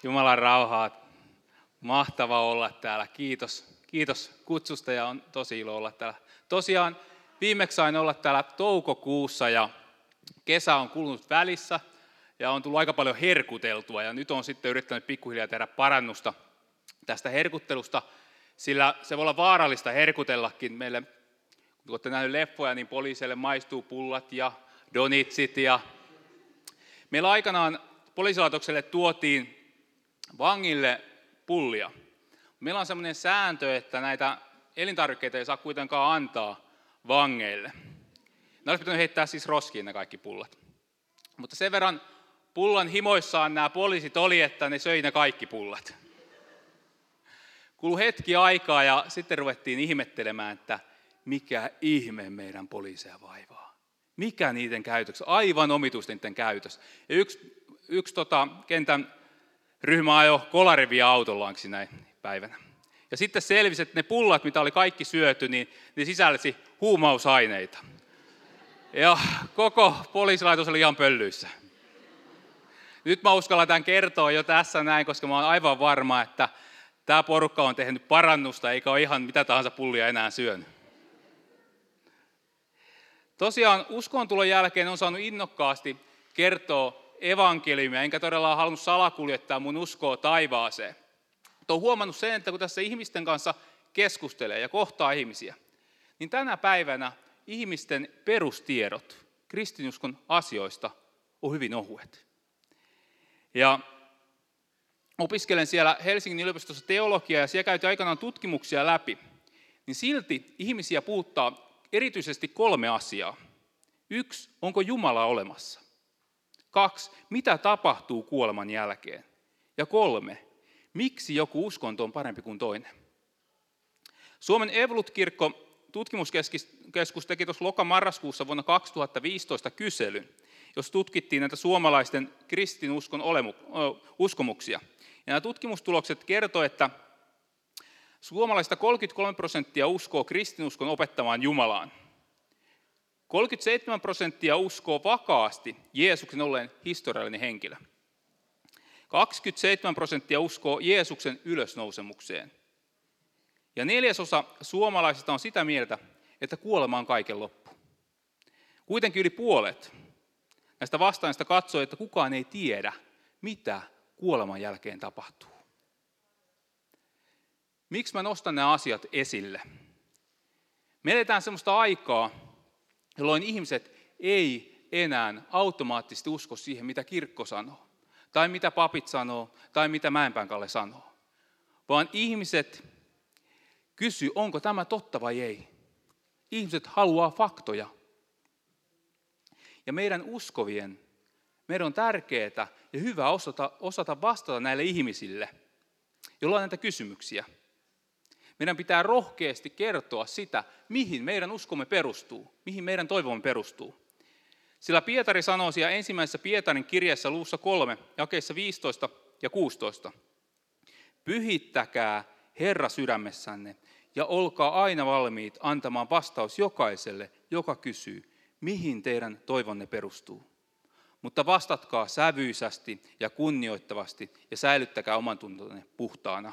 Jumalan rauhaa. Mahtava olla täällä. Kiitos kutsusta ja on tosi ilo olla täällä. Tosiaan viimeksi sain olla täällä toukokuussa ja kesä on kulunut välissä ja on tullut aika paljon herkuteltua. Ja nyt on sitten yrittänyt pikkuhiljaa tehdä parannusta tästä herkuttelusta, sillä se voi olla vaarallista herkutellakin. Meille, kun olette nähneet leffoja, niin poliiseille maistuu pullat ja donitsit. Ja meillä aikanaan poliisilaitokselle tuotiin vangille pullia. Meillä on sellainen sääntö, että näitä elintarvikkeita ei saa kuitenkaan antaa vangeille. Ne olisi pitänyt heittää siis roskiin ne kaikki pullat. Mutta sen verran pullan himoissaan nämä poliisit oli, että ne söi ne kaikki pullat. Kului hetki aikaa ja sitten ruvettiin ihmettelemään, että mikä ihme meidän poliiseja vaivaa. Mikä niiden käytös, aivan omituista niiden käytös. Ja yksi kentän ryhmä ajoi kolarivia autollaankin näin päivänä. Ja sitten selvisi, että ne pullat, mitä oli kaikki syöty, niin ne sisälsi huumausaineita. Ja koko poliisilaitos oli ihan pöllyissä. Nyt mä uskallan tämän kertoa jo tässä näin, koska mä oon aivan varma, että tämä porukka on tehnyt parannusta, eikä ole ihan mitä tahansa pullia enää syönyt. Tosiaan uskontulon jälkeen on saanut innokkaasti kertoa evankeliumia, enkä todella halunnut salakuljettaa mun uskoa taivaaseen. Olen huomannut sen, että kun tässä ihmisten kanssa keskustelee ja kohtaa ihmisiä, niin tänä päivänä ihmisten perustiedot kristinuskon asioista on hyvin ohuet. Ja opiskelen siellä Helsingin yliopistossa teologiaa ja siellä käytiin aikanaan tutkimuksia läpi, niin silti ihmisiä puhuttaa erityisesti 3 asiaa. 1, onko Jumala olemassa? 2, mitä tapahtuu kuoleman jälkeen? Ja 3, miksi joku uskonto on parempi kuin toinen? Suomen Evolut-kirkko tutkimuskeskus teki tuossa loka-marraskuussa vuonna 2015 kyselyn, jos tutkittiin näitä suomalaisten kristinuskon uskomuksia. Ja nämä tutkimustulokset kertovat, että suomalaisista 33% uskoo kristinuskon opettamaan Jumalaan. 37% uskoo vakaasti Jeesuksen olleen historiallinen henkilö. 27% uskoo Jeesuksen ylösnousemukseen. Ja 1/4 suomalaisista on sitä mieltä, että kuolema on kaiken loppu. Kuitenkin yli puolet näistä vastaajista katsoo, että kukaan ei tiedä, mitä kuoleman jälkeen tapahtuu. Miksi mä nostan nämä asiat esille? Me eletään sellaista aikaa, jolloin ihmiset ei enää automaattisesti usko siihen, mitä kirkko sanoo, tai mitä papit sanoo, tai mitä Mäenpään Kalle sanoo. Vaan ihmiset kysyy, onko tämä totta vai ei. Ihmiset haluaa faktoja. Ja meidän uskovien, meidän on tärkeää ja hyvä osata vastata näille ihmisille, joilla on näitä kysymyksiä. Meidän pitää rohkeasti kertoa sitä, mihin meidän uskomme perustuu, mihin meidän toivomme perustuu. Sillä Pietari sanoo siellä ensimmäisessä Pietarin kirjeessä luvussa 3, jakeissa 15 ja 16. Pyhittäkää Herra sydämessänne ja olkaa aina valmiit antamaan vastaus jokaiselle, joka kysyy, mihin teidän toivonne perustuu. Mutta vastatkaa sävyisästi ja kunnioittavasti ja säilyttäkää oman tuntonne puhtaana.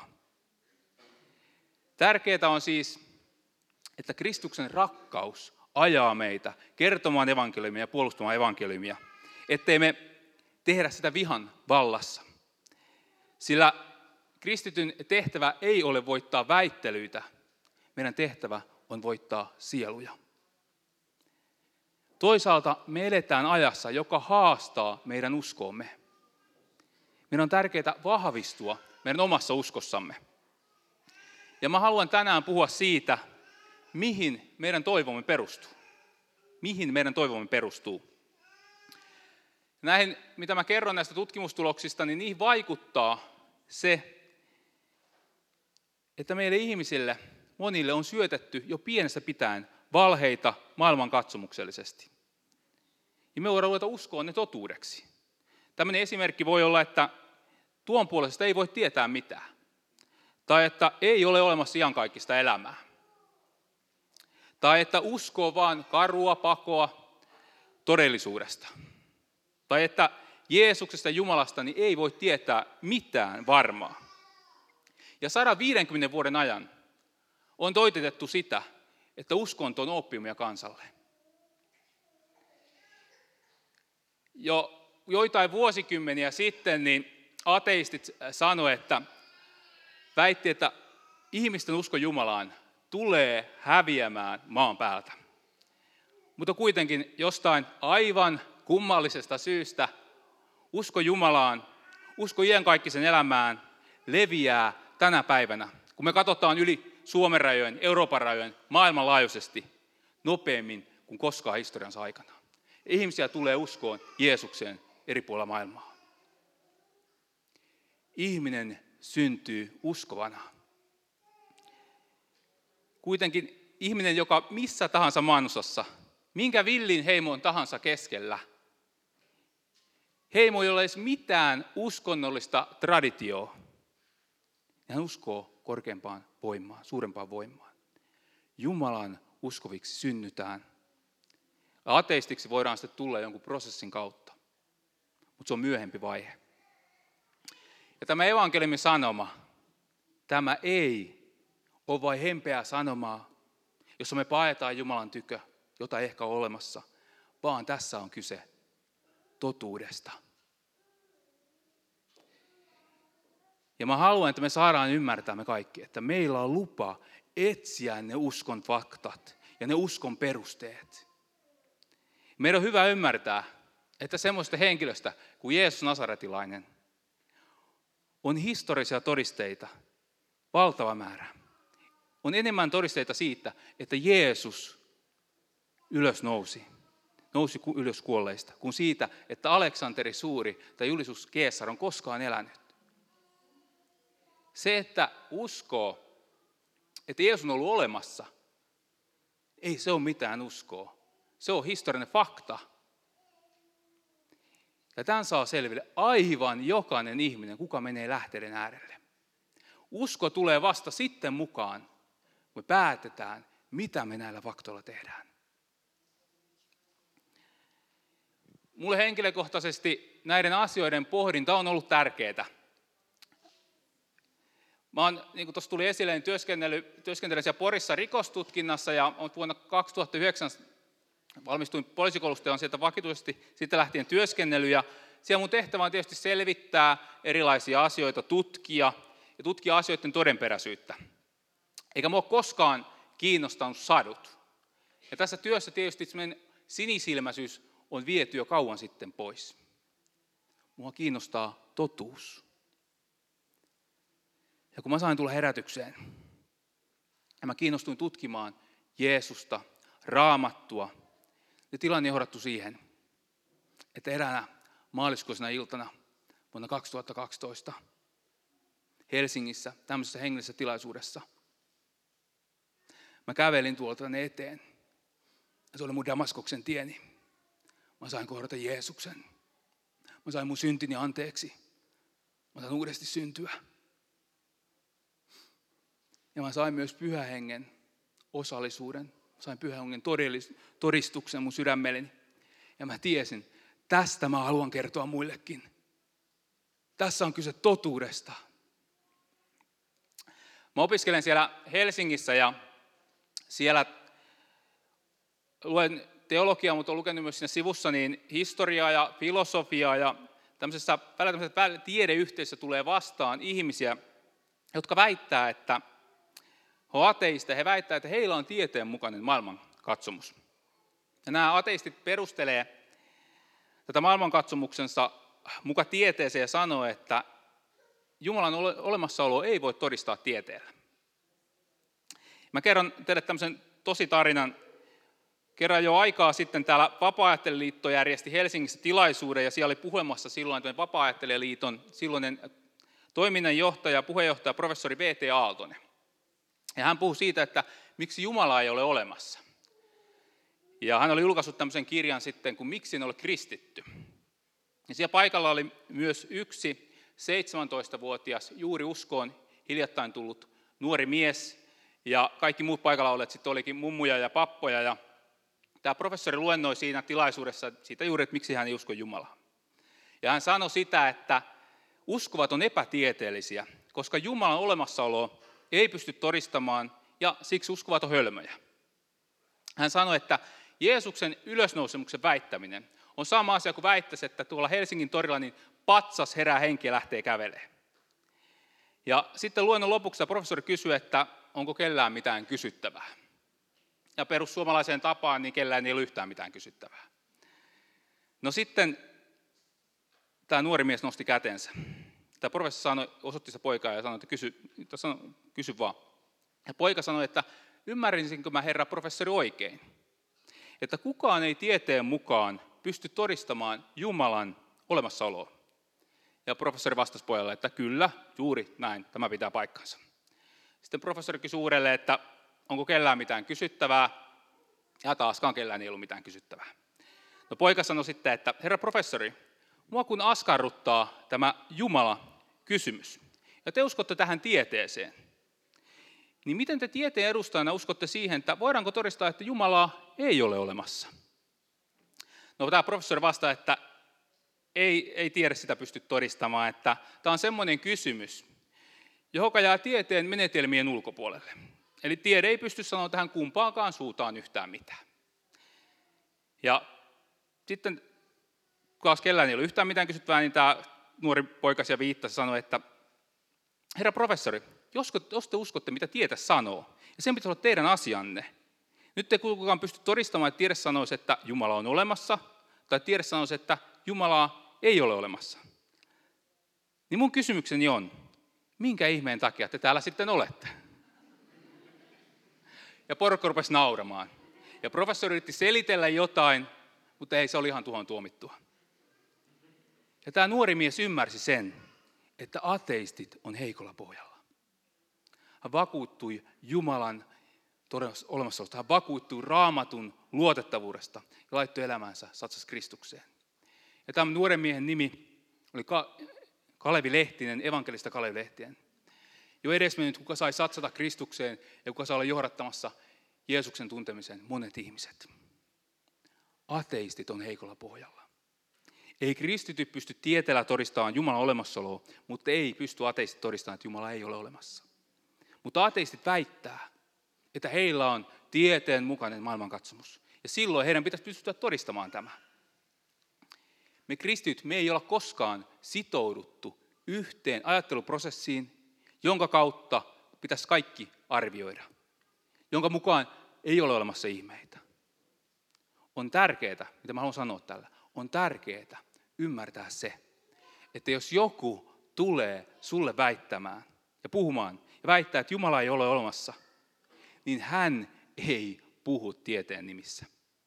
Tärkeää on siis, että Kristuksen rakkaus ajaa meitä kertomaan evankeliumia ja puolustamaan evankeliumia, ettei me tehdä sitä vihan vallassa. Sillä kristityn tehtävä ei ole voittaa väittelyitä, meidän tehtävä on voittaa sieluja. Toisaalta me eletään ajassa, joka haastaa meidän uskomme. Meidän on tärkeää vahvistua meidän omassa uskossamme. Ja mä haluan tänään puhua siitä, mihin meidän toivomme perustuu. Mihin meidän toivomme perustuu. Näihin, mitä mä kerron näistä tutkimustuloksista, niin niihin vaikuttaa se, että meille ihmisille, monille on syötetty jo pienestä pitäen valheita maailmankatsomuksellisesti. Ja me voidaan ruveta uskoa ne totuudeksi. Tämmöinen esimerkki voi olla, että tuon puolesta ei voi tietää mitään. Tai että ei ole olemassa iankaikkista elämää. Tai että uskoo vaan karua pakoa todellisuudesta. Tai että Jeesuksesta ja Jumalasta, niin ei voi tietää mitään varmaa. Ja 150 vuoden ajan on toitotettu sitä, että uskonto on oppiumia kansalle. Jo joitain vuosikymmeniä sitten niin ateistit sanoivat, väitti, että ihmisten usko Jumalaan tulee häviämään maan päältä. Mutta kuitenkin jostain aivan kummallisesta syystä usko Jumalaan, usko iankaikkisen elämään leviää tänä päivänä. Kun me katsotaan yli Suomen rajojen, Euroopan rajojen, maailmanlaajuisesti nopeammin kuin koskaan historiansa aikana. Ihmisiä tulee uskoon Jeesukseen eri puolilla maailmaa. Ihminen syntyy uskovana. Kuitenkin ihminen, joka missä tahansa maanosassa, minkä villin heimon tahansa keskellä, heimo, jolla ei ole mitään uskonnollista traditioa, hän uskoo korkeampaan voimaan, suurempaan voimaan. Jumalan uskoviksi synnytään. Ateistiksi voidaan sitten tulla jonkun prosessin kautta, mutta se on myöhempi vaihe. Ja tämä evankeliumin sanoma, tämä ei ole vain hempeää sanomaa, jossa me paetaan Jumalan tykö, jota ei ehkä ole olemassa, vaan tässä on kyse totuudesta. Ja mä haluan, että me saadaan ymmärtää me kaikki, että meillä on lupa etsiä ne uskon faktat ja ne uskon perusteet. Meidän on hyvä ymmärtää, että semmoista henkilöstä kuin Jeesus Nasaretilainen on historiallisia todisteita, valtava määrä. On enemmän todisteita siitä, että Jeesus nousi ylös kuolleista, kuin siitä, että Aleksanteri Suuri tai Julius Caesar on koskaan elänyt. Se, että uskoo, että Jeesus on ollut olemassa, ei se ole mitään uskoa. Se on historiallinen fakta. Ja tämän saa selville aivan jokainen ihminen, kuka menee lähteiden äärelle. Usko tulee vasta sitten mukaan, kun me päätetään, mitä me näillä faktoilla tehdään. Mulle henkilökohtaisesti näiden asioiden pohdinta on ollut tärkeää. Mä oon, niin kuin tuossa tuli esille, niin työskentelen siellä Porissa rikostutkinnassa ja vuonna 2009 valmistuin poliisikoulusta ja olen sieltä vakituisesti sitten lähtien työskennellyt. Ja siellä mun tehtävä on tietysti selvittää erilaisia asioita, tutkia asioiden todenperäisyyttä. Eikä mua ole koskaan kiinnostanut sadut. Ja tässä työssä tietysti meidän sinisilmäisyys on viety jo kauan sitten pois. Mua kiinnostaa totuus. Ja kun mä sain tulla herätykseen, ja mä kiinnostuin tutkimaan Jeesusta, Raamattua, niin tilanne johdattu siihen, että eräänä maaliskuisena iltana vuonna 2012 Helsingissä tämmöisessä hengellisessä tilaisuudessa mä kävelin tuolta tänne eteen. Ja se oli mun Damaskoksen tieni. Mä sain kohdata Jeesuksen. Mä sain mun syntini anteeksi. Mä sain uudesti syntyä. Ja mä sain myös Pyhän Hengen osallisuuden. Mä sain Pyhän Hengen todistuksen mun sydämelleni. Ja mä tiesin, tästä mä haluan kertoa muillekin. Tässä on kyse totuudesta. Mä opiskelen siellä Helsingissä ja siellä luen teologiaa, mutta olen lukenut myös siinä sivussa niin historiaa ja filosofiaa. Ja tämmöisessä tiedeyhteisössä tulee vastaan ihmisiä, jotka väittää, että he ovat ateisteja. He väittää, että heillä on tieteen mukainen maailmankatsomus. Ja nämä ateistit perustelee tätä maailmankatsomuksensa muka tieteeseen ja sanoo, että Jumalan olemassaolo ei voi todistaa tieteellä. Mä kerron teille tämmöisen tositarinan. Kerran jo aikaa sitten täällä Vapaa-ajattelijaliitto järjesti Helsingissä tilaisuuden ja siellä oli puhumassa silloin Vapaa-ajattelijaliiton silloinen toiminnanjohtaja, puheenjohtaja, professori V.T. Aaltonen. Ja hän puhui siitä, että miksi Jumala ei ole olemassa. Ja hän oli julkaissut tämmöisen kirjan sitten, kun miksi en ole kristitty. Ja siellä paikalla oli myös yksi 17-vuotias juuri uskoon hiljattain tullut nuori mies. Ja kaikki muut paikalla olleet sitten olikin mummuja ja pappoja. Ja tämä professori luennoi siinä tilaisuudessa siitä juuri, että miksi hän ei usko Jumalaa. Ja hän sanoi sitä, että uskovat on epätieteellisiä, koska Jumalan olemassaolo ei pysty todistamaan ja siksi uskovat on hölmöjä. Hän sanoi, että Jeesuksen ylösnousemuksen väittäminen on sama asia kuin väittäisi, että tuolla Helsingin torilla niin patsas herää henki ja lähtee kävelemään. Ja sitten luennon lopuksi professori kysyi, että onko kellään mitään kysyttävää. Ja perussuomalaiseen tapaan niin kellään ei ole yhtään mitään kysyttävää. No sitten tämä nuori mies nosti kätensä. Tämä professori osoitti sitä poikaa ja sanoi, että kysy vaan. Ja poika sanoi, että ymmärsinkö mä herra professori oikein, että kukaan ei tieteen mukaan pysty todistamaan Jumalan olemassaoloa. Ja professori vastasi pojalle, että kyllä, juuri näin, tämä pitää paikkansa. Sitten professori kysyi uudelleen, että onko kellään mitään kysyttävää, ja taaskaan kellään ei ollut mitään kysyttävää. No poika sanoi sitten, että herra professori, mua kun askarruttaa tämä Jumala-kysymys, ja te uskotte tähän tieteeseen, niin miten te tieteen edustajana uskotte siihen, että voidaanko todistaa, että Jumalaa ei ole olemassa? No tämä professori vastaa, että ei tiede sitä pysty todistamaan, että tämä on semmoinen kysymys, joka jää tieteen menetelmien ulkopuolelle. Eli tiede ei pysty sanoa tähän kumpaankaan suuntaan yhtään mitään. Ja sitten, kun kellään ei ole yhtään mitään kysyttävää, niin tämä nuori poika siellä viittasi sanoi, että herra professori, jos te uskotte, mitä tiede sanoo, ja sen pitäisi olla teidän asianne, nyt te kukaan pysty todistamaan, että tiede sanoisi, että Jumala on olemassa, tai tiede sanoisi, että Jumalaa ei ole olemassa. Niin mun kysymykseni on, minkä ihmeen takia te täällä sitten olette? Ja porukka rupesi nauramaan. Ja professori yritti selitellä jotain, mutta ei, se oli ihan tuhon tuomittua. Ja tämä nuori mies ymmärsi sen, että ateistit on heikolla pohjalla. Hän vakuuttui Jumalan olemassaolosta, hän vakuuttui Raamatun luotettavuudesta ja laittoi elämänsä, satsasi Kristukseen. Ja tämän nuoren miehen nimi oli Kalevi Lehtinen, evankelista Kalevi Lehtinen. Jo edesmennyt, kuka sai satsata Kristukseen ja kuka sai olla johdattamassa Jeesuksen tuntemiseen monet ihmiset. Ateistit on heikolla pohjalla. Ei kristityt pysty tieteellä todistamaan Jumalan olemassaoloa, mutta ei pysty ateistit todistamaan, että Jumala ei ole olemassa. Mutta ateistit väittää, että heillä on tieteen mukainen maailmankatsomus. Ja silloin heidän pitäisi pystyä todistamaan tämä. Me kristityt, me ei olla koskaan sitouduttu yhteen ajatteluprosessiin, jonka kautta pitäisi kaikki arvioida, jonka mukaan ei ole olemassa ihmeitä. On tärkeää, mitä mä haluan sanoa tällä, on tärkeää ymmärtää se, että jos joku tulee sulle väittämään ja puhumaan ja väittää, että Jumala ei ole olemassa, niin hän ei puhu tieteen nimissä.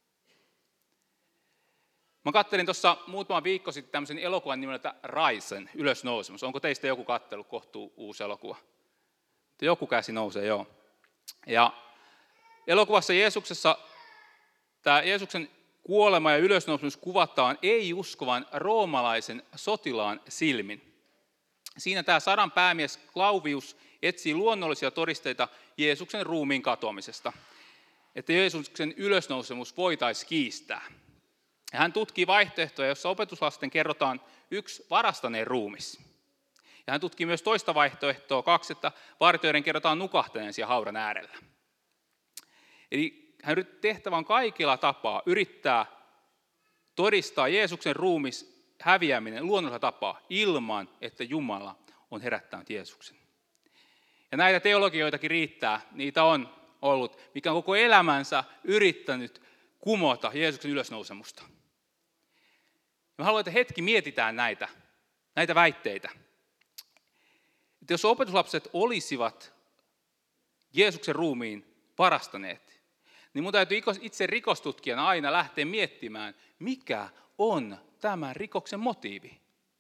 Mä katselin tuossa muutama viikko sitten tämmöisen elokuvan nimeltä Raisen, ylösnousemus. Onko teistä joku katsellut kohtuu uusi elokuva? Joku käsi nousee, joo. Ja elokuvassa tämä Jeesuksen kuolema ja ylösnousemus kuvataan ei-uskovan roomalaisen sotilaan silmin. Siinä tämä sadan päämies Claudius etsii luonnollisia todisteita Jeesuksen ruumiin katoamisesta, että Jeesuksen ylösnousemus voitaisiin kiistää. Ja hän tutkii vaihtoehtoja, jossa opetuslasten kerrotaan yksi varastaneen ruumis. Ja hän tutkii myös toista vaihtoehtoa, 2, että vartijoiden kerrotaan nukahtaneen siellä haudan äärellä. Eli hän tehtävä on kaikilla tapaa yrittää todistaa Jeesuksen ruumis häviäminen luonnollisella tapaa ilman, että Jumala on herättänyt Jeesuksen. Ja näitä teologioitakin riittää, niitä on ollut, mikä on koko elämänsä yrittänyt kumota Jeesuksen ylösnousemusta. Mä haluan, että hetki mietitään näitä väitteitä. Että jos opetuslapset olisivat Jeesuksen ruumiin varastaneet, niin mun täytyy itse rikostutkijana aina lähteä miettimään, mikä on tämän rikoksen motiivi.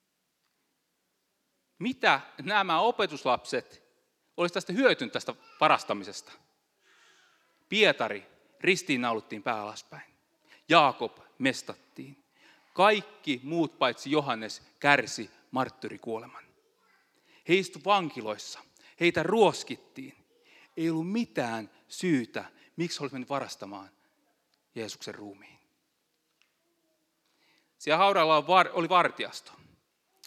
Mitä nämä opetuslapset olisi tästä hyötynyt tästä varastamisesta? Pietari ristiinnaulittiin pää alaspäin. Jaakob mestattiin. Kaikki muut paitsi Johannes kärsi marttyrikuoleman. He istuivat vankiloissa. Heitä ruoskittiin. Ei ollut mitään syytä, miksi he olisivat menneet varastamaan Jeesuksen ruumiin. Siellä haudalla oli vartijasto.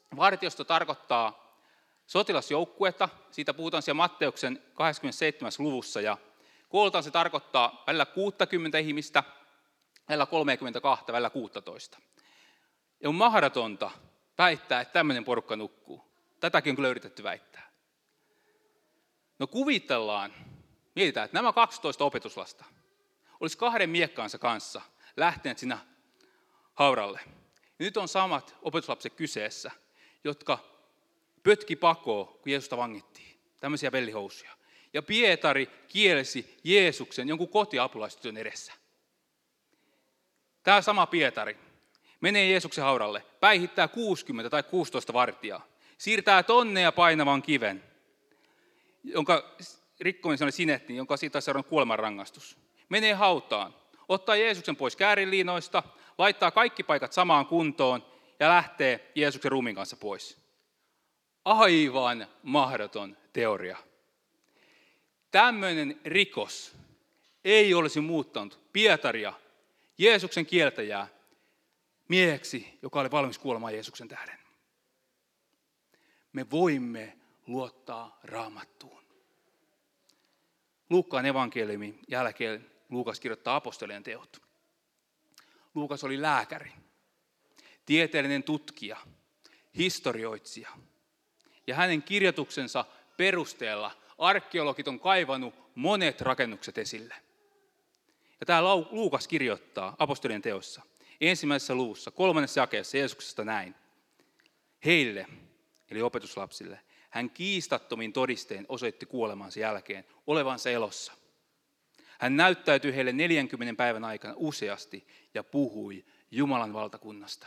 Vartiosto tarkoittaa sotilasjoukkuetta, siitä puhutaan siellä Matteuksen 27. luvussa, ja kooltaan se tarkoittaa välillä 60 ihmistä, välillä 32, välillä 16. Ja on mahdotonta väittää, että tämmöinen porukka nukkuu. Tätäkin on kyllä yritetty väittää. No kuvitellaan, mietitään, että nämä 12 opetuslasta olisi 2 miekkaansa kanssa lähteneet sinne hauralle. Ja nyt on samat opetuslapset kyseessä, jotka pötki pakoon, kun Jeesusta vangittiin. Tämmöisiä vellihousuja. Ja Pietari kielsi Jeesuksen jonkun kotiapulaistytön edessä. Tämä sama Pietari menee Jeesuksen hauralle, päihittää 60 tai 16 vartijaa, siirtää tonneja painavan kiven, jonka rikkominen oli sinetti, jonka siitä on seurannut kuolemanrangaistus. Menee hautaan, ottaa Jeesuksen pois käärinliinoista, laittaa kaikki paikat samaan kuntoon ja lähtee Jeesuksen ruumiin kanssa pois. Aivan mahdoton teoria. Tämmöinen rikos ei olisi muuttanut Pietaria, Jeesuksen kieltäjää, mieheksi, joka oli valmis kuolemaan Jeesuksen tähden. Me voimme luottaa Raamattuun. Luukkaan evankeliumin jälkeen Luukas kirjoittaa apostolien teot. Luukas oli lääkäri, tieteellinen tutkija, historioitsija. Ja hänen kirjoituksensa perusteella arkeologit on kaivannut monet rakennukset esille. Ja tämä Luukas kirjoittaa apostolien teossa 1. luvussa 3. jakeessa Jeesuksesta näin. Heille, eli opetuslapsille, hän kiistattomin todistein osoitti kuolemansa jälkeen olevansa elossa. Hän näyttäytyi heille 40 päivän aikana useasti ja puhui Jumalan valtakunnasta.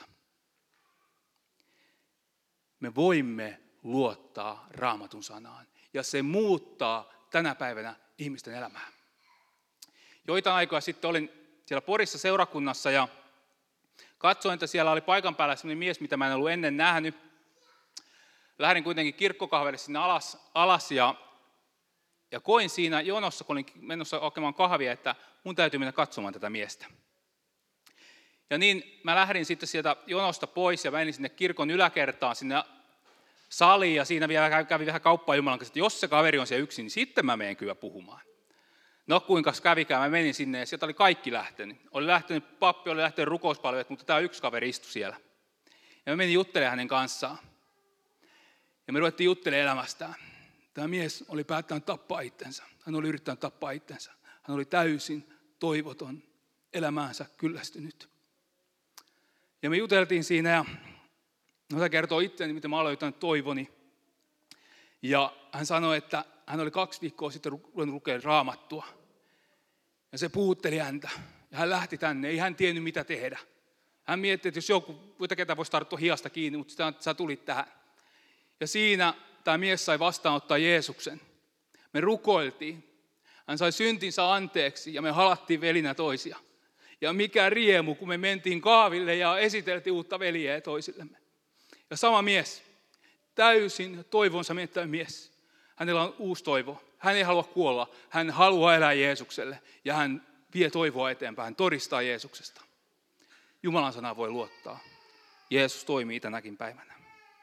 Me voimme luottaa Raamatun sanaan ja se muuttaa tänä päivänä ihmisten elämää. Joitain aikoja sitten olin siellä Porissa seurakunnassa ja katsoin, että siellä oli paikan päällä sellainen mies, mitä mä en ollut ennen nähnyt. Lähdin kuitenkin kirkkokahvelle sinne alas ja koin siinä jonossa, kun olin menossa hakemaan kahvia, että mun täytyy mennä katsomaan tätä miestä. Ja niin mä lähdin sitten sieltä jonosta pois ja menin sinne kirkon yläkertaan, sinne saliin ja siinä vielä kävin vähän kauppaa Jumalan kanssa, että jos se kaveri on siellä yksin, niin sitten mä menen kyllä puhumaan. No kuinka kävikään, mä menin sinne ja sieltä oli kaikki lähtenyt. Oli lähtenyt pappi, oli lähtenyt rukouspalvelut, mutta tämä yksi kaveri istui siellä. Ja mä menin juttelemaan hänen kanssaan. Ja me ruvettiin juttelemaan elämästään. Tämä mies oli päättänyt tappaa itsensä. Hän oli yrittänyt tappaa itsensä. Hän oli täysin toivoton, elämäänsä kyllästynyt. Ja me juteltiin siinä ja hän kertoo itseäni, miten mä aloitan toivoni. Ja hän sanoi, että hän oli 2 viikkoa sitten ruvennut lukemaan Raamattua. Ja se puhutteli häntä. Ja hän lähti tänne, ei hän tiennyt mitä tehdä. Hän mietti, että jos joku ketä voisi tarttua hiasta kiinni, mutta sä tulit tähän. Ja siinä tämä mies sai vastaanottaa Jeesuksen. Me rukoiltiin. Hän sai syntinsä anteeksi ja me halattiin velinä toisia. Ja mikä riemu, kun me mentiin kaaville ja esiteltiin uutta veljeä toisillemme. Ja sama mies, täysin toivonsa menettävä mies. Hänellä on uusi toivo. Hän ei halua kuolla. Hän haluaa elää Jeesukselle. Ja hän vie toivoa eteenpäin. Hän todistaa Jeesuksesta. Jumalan sanaa voi luottaa. Jeesus toimii tänäkin päivänä.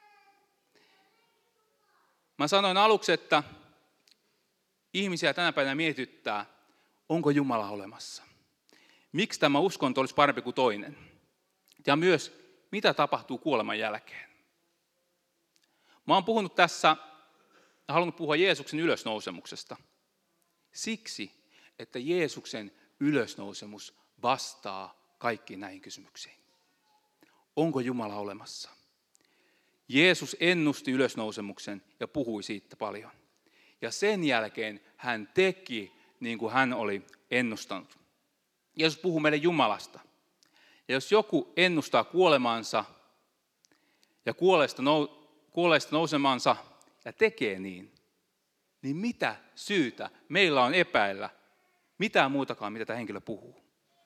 Mä sanoin aluksi, että ihmisiä tänä päivänä mietityttää, onko Jumala olemassa. Miksi tämä uskonto olisi parempi kuin toinen? Ja myös, mitä tapahtuu kuoleman jälkeen. Mä oon puhunut tässä ja halunnut puhua Jeesuksen ylösnousemuksesta. Siksi, että Jeesuksen ylösnousemus vastaa kaikkiin näihin kysymyksiin. Onko Jumala olemassa? Jeesus ennusti ylösnousemuksen ja puhui siitä paljon. Ja sen jälkeen hän teki niin kuin hän oli ennustanut. Jeesus puhuu meille Jumalasta. Ja jos joku ennustaa kuolemansa ja kuolleista nousemansa ja tekee niin mitä syytä meillä on epäillä mitään muutakaan, mitä tämä henkilö puhuu?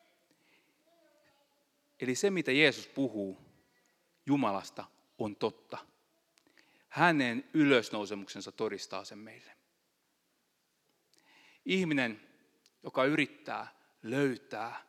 Eli se, mitä Jeesus puhuu Jumalasta, on totta. Hänen ylösnousemuksensa todistaa sen meille. Ihminen, joka yrittää löytää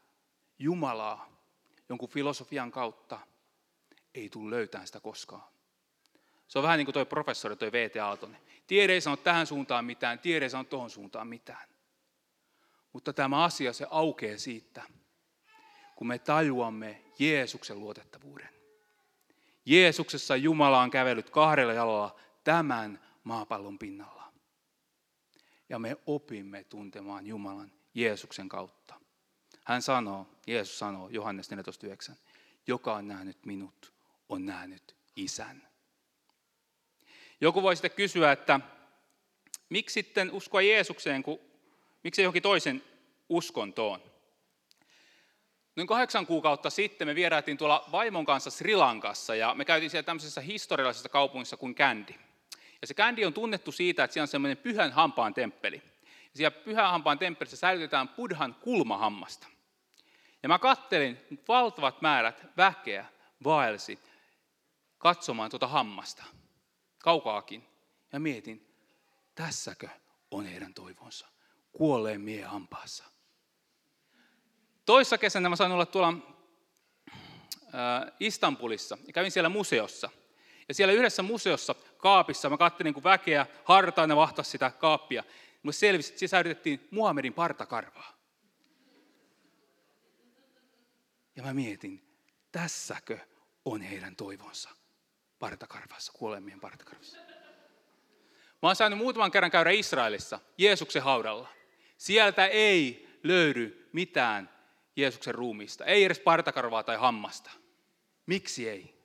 Jumalaa jonkun filosofian kautta, ei tule löytämään sitä koskaan. Se on vähän niin kuin toi professori, toi V.T. Aaltonen. Tiede ei sano tähän suuntaan mitään, tiede ei sano tohon suuntaan mitään. Mutta tämä asia, se aukeaa siitä, kun me tajuamme Jeesuksen luotettavuuden. Jeesuksessa Jumala on kävellyt 2 jalalla tämän maapallon pinnalla. Ja me opimme tuntemaan Jumalan Jeesuksen kautta. Jeesus sanoo Johannes 14.9, joka on nähnyt minut, on nähnyt Isän. Joku voi sitten kysyä, että miksi sitten uskoa Jeesukseen, miksi johonkin toisen uskontoon? Noin 8 kuukautta sitten me vierailtiin tuolla vaimon kanssa Sri Lankassa ja me käytiin siellä tämmöisessä historiallisessa kaupungissa kuin Kandy. Ja se Kandy on tunnettu siitä, että siellä on semmoinen Pyhän Hampaan temppeli. Ja siellä Pyhän Hampaan temppelissä säilytetään Buddhan kulmahammasta. Ja mä kattelin, valtavat määrät väkeä vaelsi katsomaan tuota hammasta, kaukaakin. Ja mietin, tässäkö on heidän toivonsa, kuolleen miehen hampaassa. Toissa kesänä mä sain olla tuolla Istanbulissa ja kävin siellä museossa. Ja siellä yhdessä museossa kaapissa mä katselin, kun väkeä hartaina vahtasi sitä kaappia. Mulle selvisi, että siellä säilytettiin Muhammedin partakarvaa. Ja mä mietin, tässäkö on heidän toivonsa partakarvassa, kuolleen partakarvassa. Mä oon saanut muutaman kerran käydä Israelissa, Jeesuksen haudalla. Sieltä ei löydy mitään Jeesuksen ruumiista, ei edes partakarvaa tai hammasta. Miksi ei?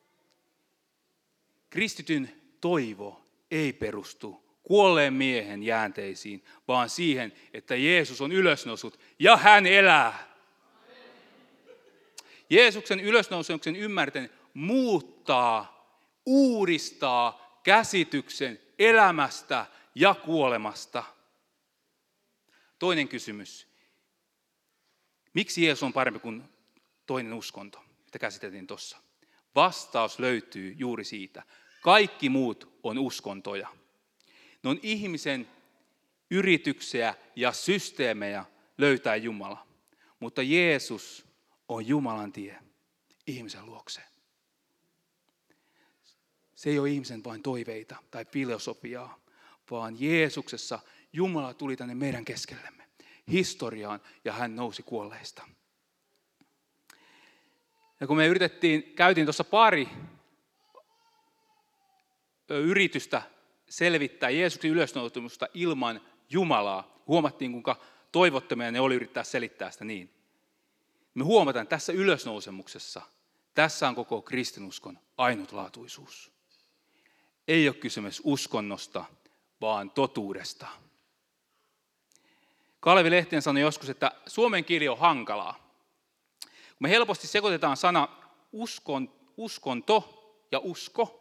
Kristityn toivo ei perustu kuolleen miehen jäänteisiin, vaan siihen, että Jeesus on ylösnousut ja hän elää. Jeesuksen ylösnousemuksen ymmärtäen muuttaa, uudistaa käsityksen elämästä ja kuolemasta. Toinen kysymys. Miksi Jeesus on parempi kuin toinen uskonto, mitä käsiteltiin tuossa? Vastaus löytyy juuri siitä. Kaikki muut on uskontoja. Ne on ihmisen yrityksiä ja systeemejä löytää Jumala. Mutta Jeesus on Jumalan tie ihmisen luokseen. Se ei ole ihmisen vain toiveita tai filosofiaa, vaan Jeesuksessa Jumala tuli tänne meidän keskellemme, historiaan, ja hän nousi kuolleista. Ja kun me käytiin tuossa pari yritystä selvittää Jeesuksen ylösnousemusta ilman Jumalaa, huomattiin kuinka toivottomia ne oli yrittää selittää sitä niin. Me huomataan, että tässä ylösnousemuksessa, tässä on koko kristinuskon ainutlaatuisuus. Ei ole kysymys uskonnosta, vaan totuudesta. Kalevi Lehtinen sanoi joskus, että suomen kieli on hankalaa. Kun me helposti sekoitetaan sana uskonto ja usko,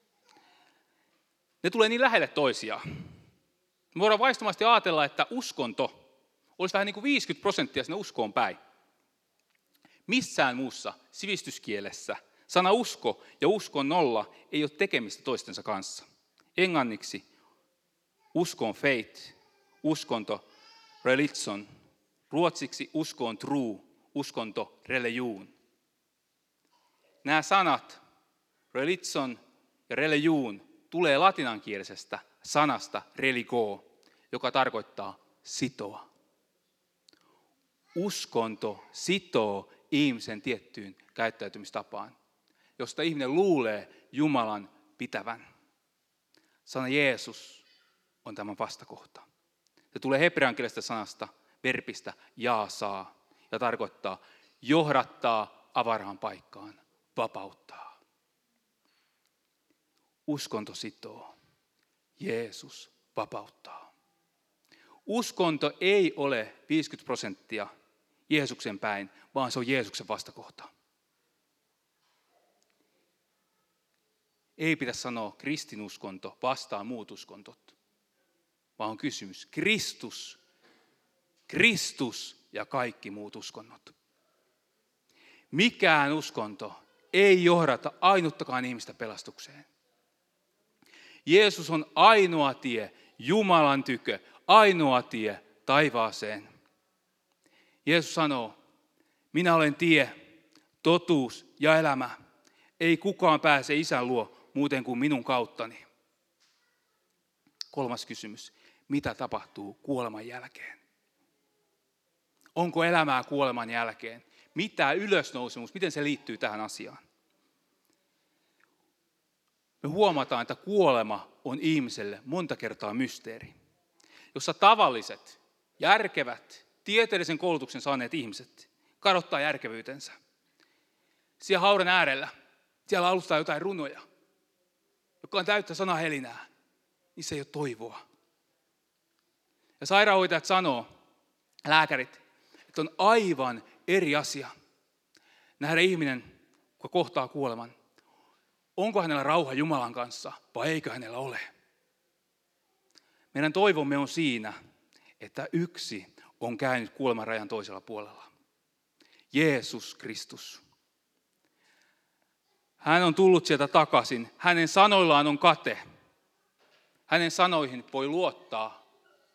ne tulee niin lähelle toisiaan. Me voidaan vaistomasti ajatella, että uskonto olisi vähän niin kuin 50% sinne uskoon päin. Missään muussa sivistyskielessä sana usko ja uskonnolla ei ole tekemistä toistensa kanssa. Englanniksi usko on faith, uskonto religion. Ruotsiksi usko on true, uskonto religion. Nämä sanat religion ja religion tulee latinankielisestä sanasta religo, joka tarkoittaa sitoa. Uskonto sitoo ihmisen tiettyyn käyttäytymistapaan, josta ihminen luulee Jumalan pitävän. Sana Jeesus on tämän vastakohta. Se tulee hebreankielisestä sanasta, verbistä jaasaa, ja tarkoittaa johdattaa avaraan paikkaan, vapauttaa. Uskonto sitoo, Jeesus vapauttaa. Uskonto ei ole 50% Jeesuksen päin, vaan se on Jeesuksen vastakohta. Ei pitäisi sanoa kristinuskonto vastaan muut uskontot, vaan on kysymys Kristus ja kaikki muut uskonnot. Mikään uskonto ei johdata ainuttakaan ihmistä pelastukseen. Jeesus on ainoa tie Jumalan tykö, ainoa tie taivaaseen. Jeesus sanoo, minä olen tie, totuus ja elämä. Ei kukaan pääse Isän luo muuten kuin minun kauttani. 3. kysymys. Mitä tapahtuu kuoleman jälkeen? Onko elämää kuoleman jälkeen? Mitä ylösnousemus, miten se liittyy tähän asiaan? Me huomataan, että kuolema on ihmiselle monta kertaa mysteeri, jossa tavalliset, järkevät, tieteellisen koulutuksen saaneet ihmiset kadottaa järkevyytensä. Siellä haudan äärellä, siellä alustaa jotain runoja, joka on täyttä sanahelinää, niissä ei ole toivoa. Ja sairaanhoitajat sanoo, lääkärit, että on aivan eri asia nähdä ihminen, joka kohtaa kuoleman. Onko hänellä rauha Jumalan kanssa vai eikö hänellä ole? Meidän toivomme on siinä, että yksi on käynyt kuoleman rajan toisella puolella. Jeesus Kristus. Hän on tullut sieltä takaisin. Hänen sanoillaan on kate. Hänen sanoihin voi luottaa.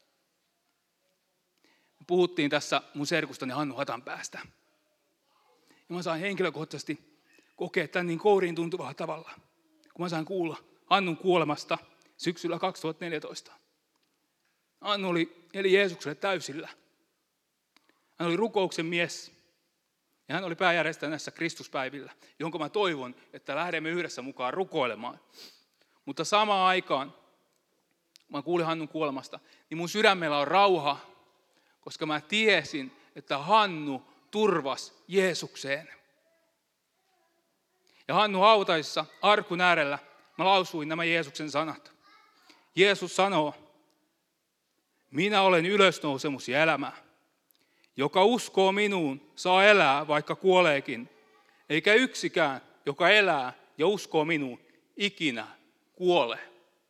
Me puhuttiin tässä mun serkustani Hannu Hatanpäästä. Ja mä sain henkilökohtaisesti kokea tämän niin kouriin tuntuvalla tavalla, kun mä sain kuulla Hannun kuolemasta syksyllä 2014. Hannu eli Jeesukselle täysillä. Hän oli rukouksen mies ja hän oli pääjärjestäjä näissä Kristuspäivillä, jonka mä toivon, että lähdemme yhdessä mukaan rukoilemaan. Mutta samaan aikaan, kun mä kuulin Hannun kuolemasta, niin mun sydämellä on rauha, koska mä tiesin, että Hannu turvasi Jeesukseen. Ja Hannu hautaissa arkun äärellä mä lausuin nämä Jeesuksen sanat. Jeesus sanoo, minä olen ylösnousemus ja elämä. Joka uskoo minuun, saa elää, vaikka kuoleekin. Eikä yksikään, joka elää ja uskoo minuun, ikinä kuole.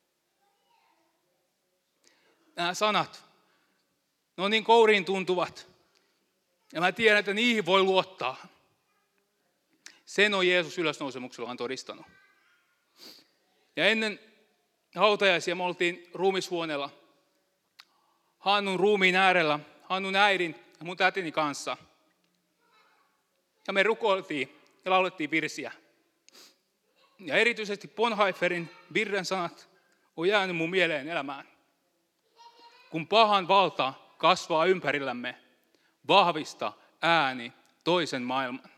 Nämä sanat, ne on niin kouriin tuntuvat. Ja mä tiedän, että niihin voi luottaa. Sen on Jeesus ylösnousemuksellaan todistanut. Ja ennen hautajaisia me oltiin ruumishuoneella Hannun ruumiin äärellä, Hannun äidin ja mun tätini kanssa. Ja me rukoiltiin ja laulettiin virsiä. Ja erityisesti Bonhoefferin virren sanat on jäänyt mun mieleen elämään. Kun pahan valta kasvaa ympärillämme, vahvista ääni toisen maailman.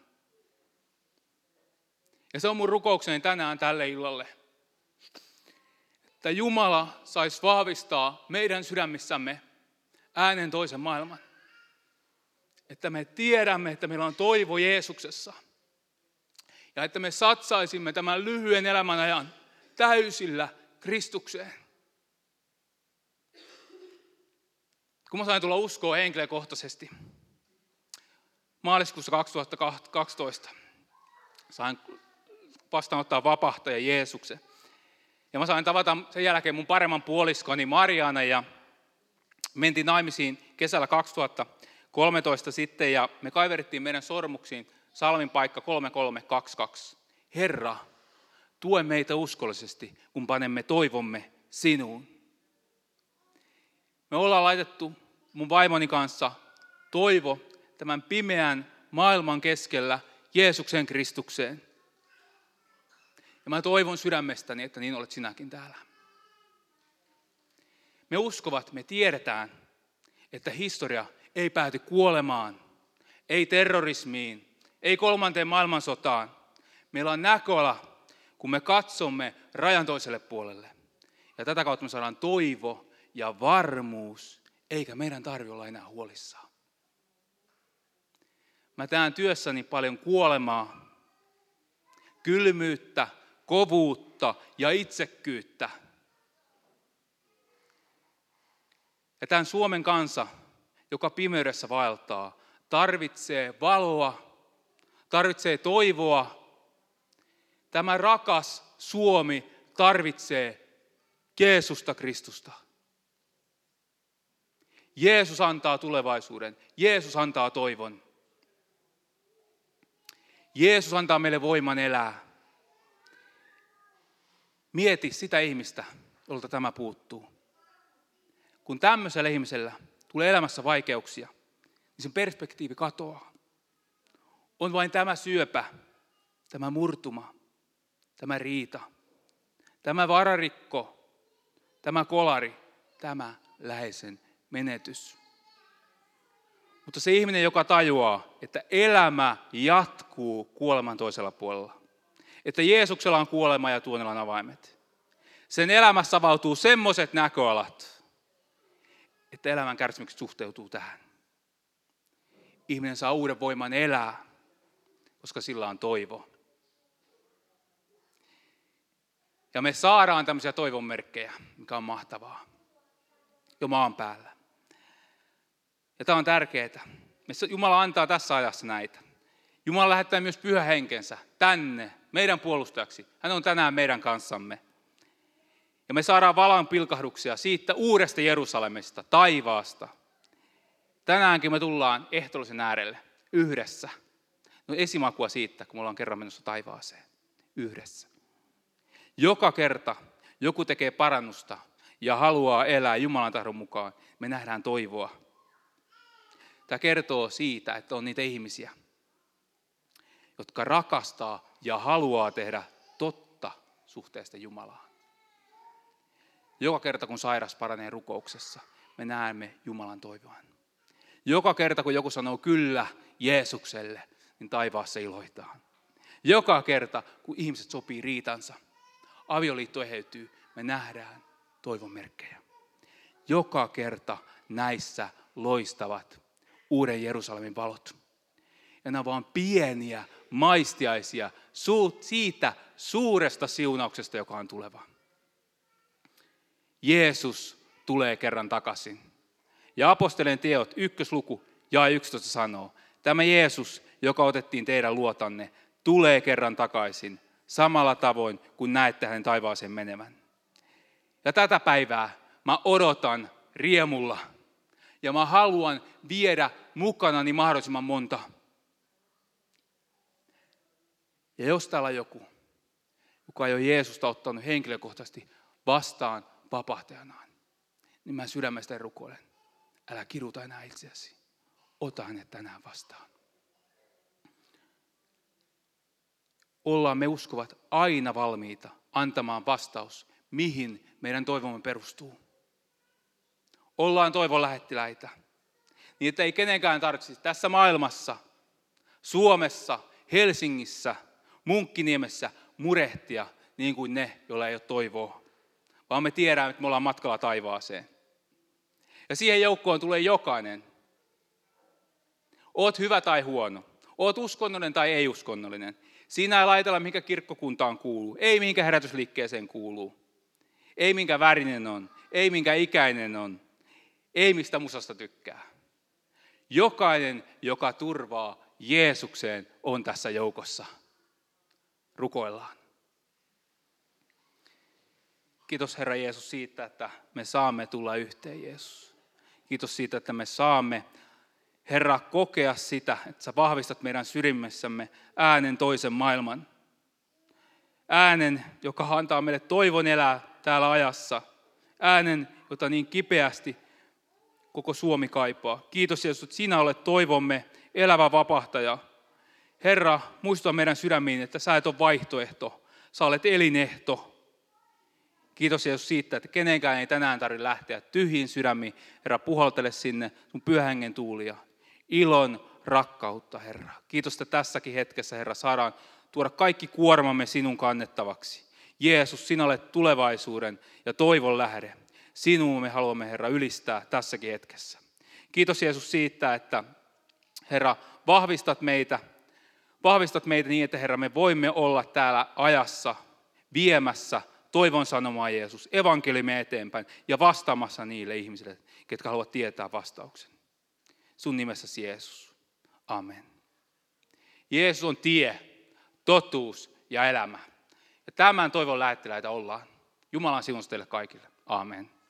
Ja se on mun rukoukseni tänään tälle illalle. Että Jumala saisi vahvistaa meidän sydämissämme äänen toisen maailman. Että me tiedämme, että meillä on toivo Jeesuksessa. Ja että me satsaisimme tämän lyhyen elämän ajan täysillä Kristukseen. Kun mä sain tulla uskoa henkilökohtaisesti maaliskuussa 2012, sain vastaanottaa vapahtaja Jeesuksen. Ja mä sain tavata sen jälkeen mun paremman puoliskoni Mariana ja mentiin naimisiin kesällä 2013 sitten ja me kaiverittiin meidän sormuksiin psalmin paikka 3322. Herra, tue meitä uskollisesti, kun panemme toivomme sinuun. Me ollaan laitettu mun vaimoni kanssa toivo tämän pimeän maailman keskellä Jeesuksen Kristukseen. Ja mä toivon sydämestäni, että niin olet sinäkin täällä. Me uskovat, me tiedetään, että historia ei pääty kuolemaan, ei terrorismiin, ei 3. maailmansotaan. Meillä on näköala, kun me katsomme rajan toiselle puolelle. Ja tätä kautta me saadaan toivo ja varmuus, eikä meidän tarvitse olla enää huolissaan. Mä teen työssäni paljon kuolemaa, kylmyyttä, kovuutta ja itsekkyyttä. Ja tämän Suomen kansa, joka pimeydessä vaeltaa, tarvitsee valoa, tarvitsee toivoa. Tämä rakas Suomi tarvitsee Jeesusta Kristusta. Jeesus antaa tulevaisuuden. Jeesus antaa toivon. Jeesus antaa meille voiman elää. Mieti sitä ihmistä, jolta tämä puuttuu. Kun tämmöisellä ihmisellä tulee elämässä vaikeuksia, niin sen perspektiivi katoaa. On vain tämä syöpä, tämä murtuma, tämä riita, Tämä vararikko, tämä kolari, tämä läheisen menetys. Mutta se ihminen, joka tajuaa, että elämä jatkuu kuoleman toisella puolella, että Jeesuksella on kuolema ja Tuonelan avaimet, sen elämässä avautuu semmoiset näköalat, että elämän kärsimykset suhteutuu tähän. Ihminen saa uuden voiman elää, koska sillä on toivo. Ja me saadaan tämmöisiä toivon merkkejä, mikä on mahtavaa, jo maan päällä. Ja tämä on tärkeää. Jumala antaa tässä ajassa näitä. Jumala lähettää myös Pyhän Henkensä tänne meidän puolustajaksi. Hän on tänään meidän kanssamme. Ja me saadaan valon pilkahduksia siitä uudesta Jerusalemista, taivaasta. Tänäänkin me tullaan ehtoollisen äärelle yhdessä. No esimakua siitä, kun me ollaan kerran menossa taivaaseen yhdessä. Joka kerta joku tekee parannusta ja haluaa elää Jumalan tahdon mukaan, me nähdään toivoa. Tämä kertoo siitä, että on niitä ihmisiä, jotka rakastaa ja haluaa tehdä totta suhteesta Jumalaan. Joka kerta, kun sairas paranee rukouksessa, me näemme Jumalan toivoan. Joka kerta, kun joku sanoo kyllä Jeesukselle, niin taivaassa iloitaan. Joka kerta, kun ihmiset sopii riitansa, avioliitto eheytyy, me nähdään toivon merkkejä. Joka kerta näissä loistavat uuden Jerusalemin valot. Ja nämä ovat vain pieniä maistiaisia siitä suuresta siunauksesta, joka on tuleva. Jeesus tulee kerran takaisin. Ja apostolien teot 1. luku ja 11 sanoo, tämä Jeesus, joka otettiin teidän luotanne, tulee kerran takaisin samalla tavoin, kun näette hänen taivaaseen menevän. Ja tätä päivää mä odotan riemulla. Ja mä haluan viedä mukanani mahdollisimman monta. Ja jos täällä on joku, joka ei ole Jeesusta ottanut henkilökohtaisesti vastaan vapahtajanaan, niin mä sydämestä rukoilen. Älä kiduta enää itseäsi. Ota hänet tänään vastaan. Ollaan me uskovat aina valmiita antamaan vastaus, mihin meidän toivomme perustuu. Ollaan toivon lähettiläitä, niin että ei kenenkään tarvitsisi tässä maailmassa, Suomessa, Helsingissä, Munkkiniemessä murehtia niin kuin ne, joilla ei ole toivoa. Vaan me tiedämme, että me ollaan matkalla taivaaseen. Ja siihen joukkoon tulee jokainen. Oot hyvä tai huono. Oot uskonnollinen tai ei-uskonnollinen. Siinä ei laitella, mihinkä kirkkokuntaan kuuluu. Ei mihinkä herätysliikkeeseen kuuluu. Ei minkä värinen on. Ei minkä ikäinen on. Ei mistä musasta tykkää. Jokainen, joka turvaa Jeesukseen, on tässä joukossa. Rukoillaan. Kiitos Herra Jeesus siitä, että me saamme tulla yhteen, Jeesus. Kiitos siitä, että me saamme, Herra, kokea sitä, että sä vahvistat meidän sydämessämme äänen toisen maailman. Äänen, joka antaa meille toivon elää täällä ajassa. Äänen, jota niin kipeästi koko Suomi kaipaa. Kiitos Jeesus, että sinä olet toivomme elävä vapahtaja. Herra, muistuta meidän sydämiin, että sä et ole vaihtoehto. Sä olet elinehto. Kiitos Jeesus siitä, että kenenkään ei tänään tarvitse lähteä tyhjiin sydämiin. Herra, puhaltele sinne sun Pyhän Hengen tuulia. Ilon, rakkautta, Herra. Kiitos, että tässäkin hetkessä, Herra, saadaan tuoda kaikki kuormamme sinun kannettavaksi. Jeesus, sinä olet tulevaisuuden ja toivon lähde. Sinua me haluamme, Herra, ylistää tässäkin hetkessä. Kiitos Jeesus siitä, että Herra, vahvistat meitä niin, että Herra, me voimme olla täällä ajassa viemässä toivon sanomaa Jeesus, evankeliumia eteenpäin ja vastaamassa niille ihmisille, ketkä haluavat tietää vastauksen. Sun nimessäsi Jeesus. Amen. Jeesus on tie, totuus ja elämä. Ja tämän toivon lähettiläitä ollaan. Jumalan siunaus teille kaikille. Amen.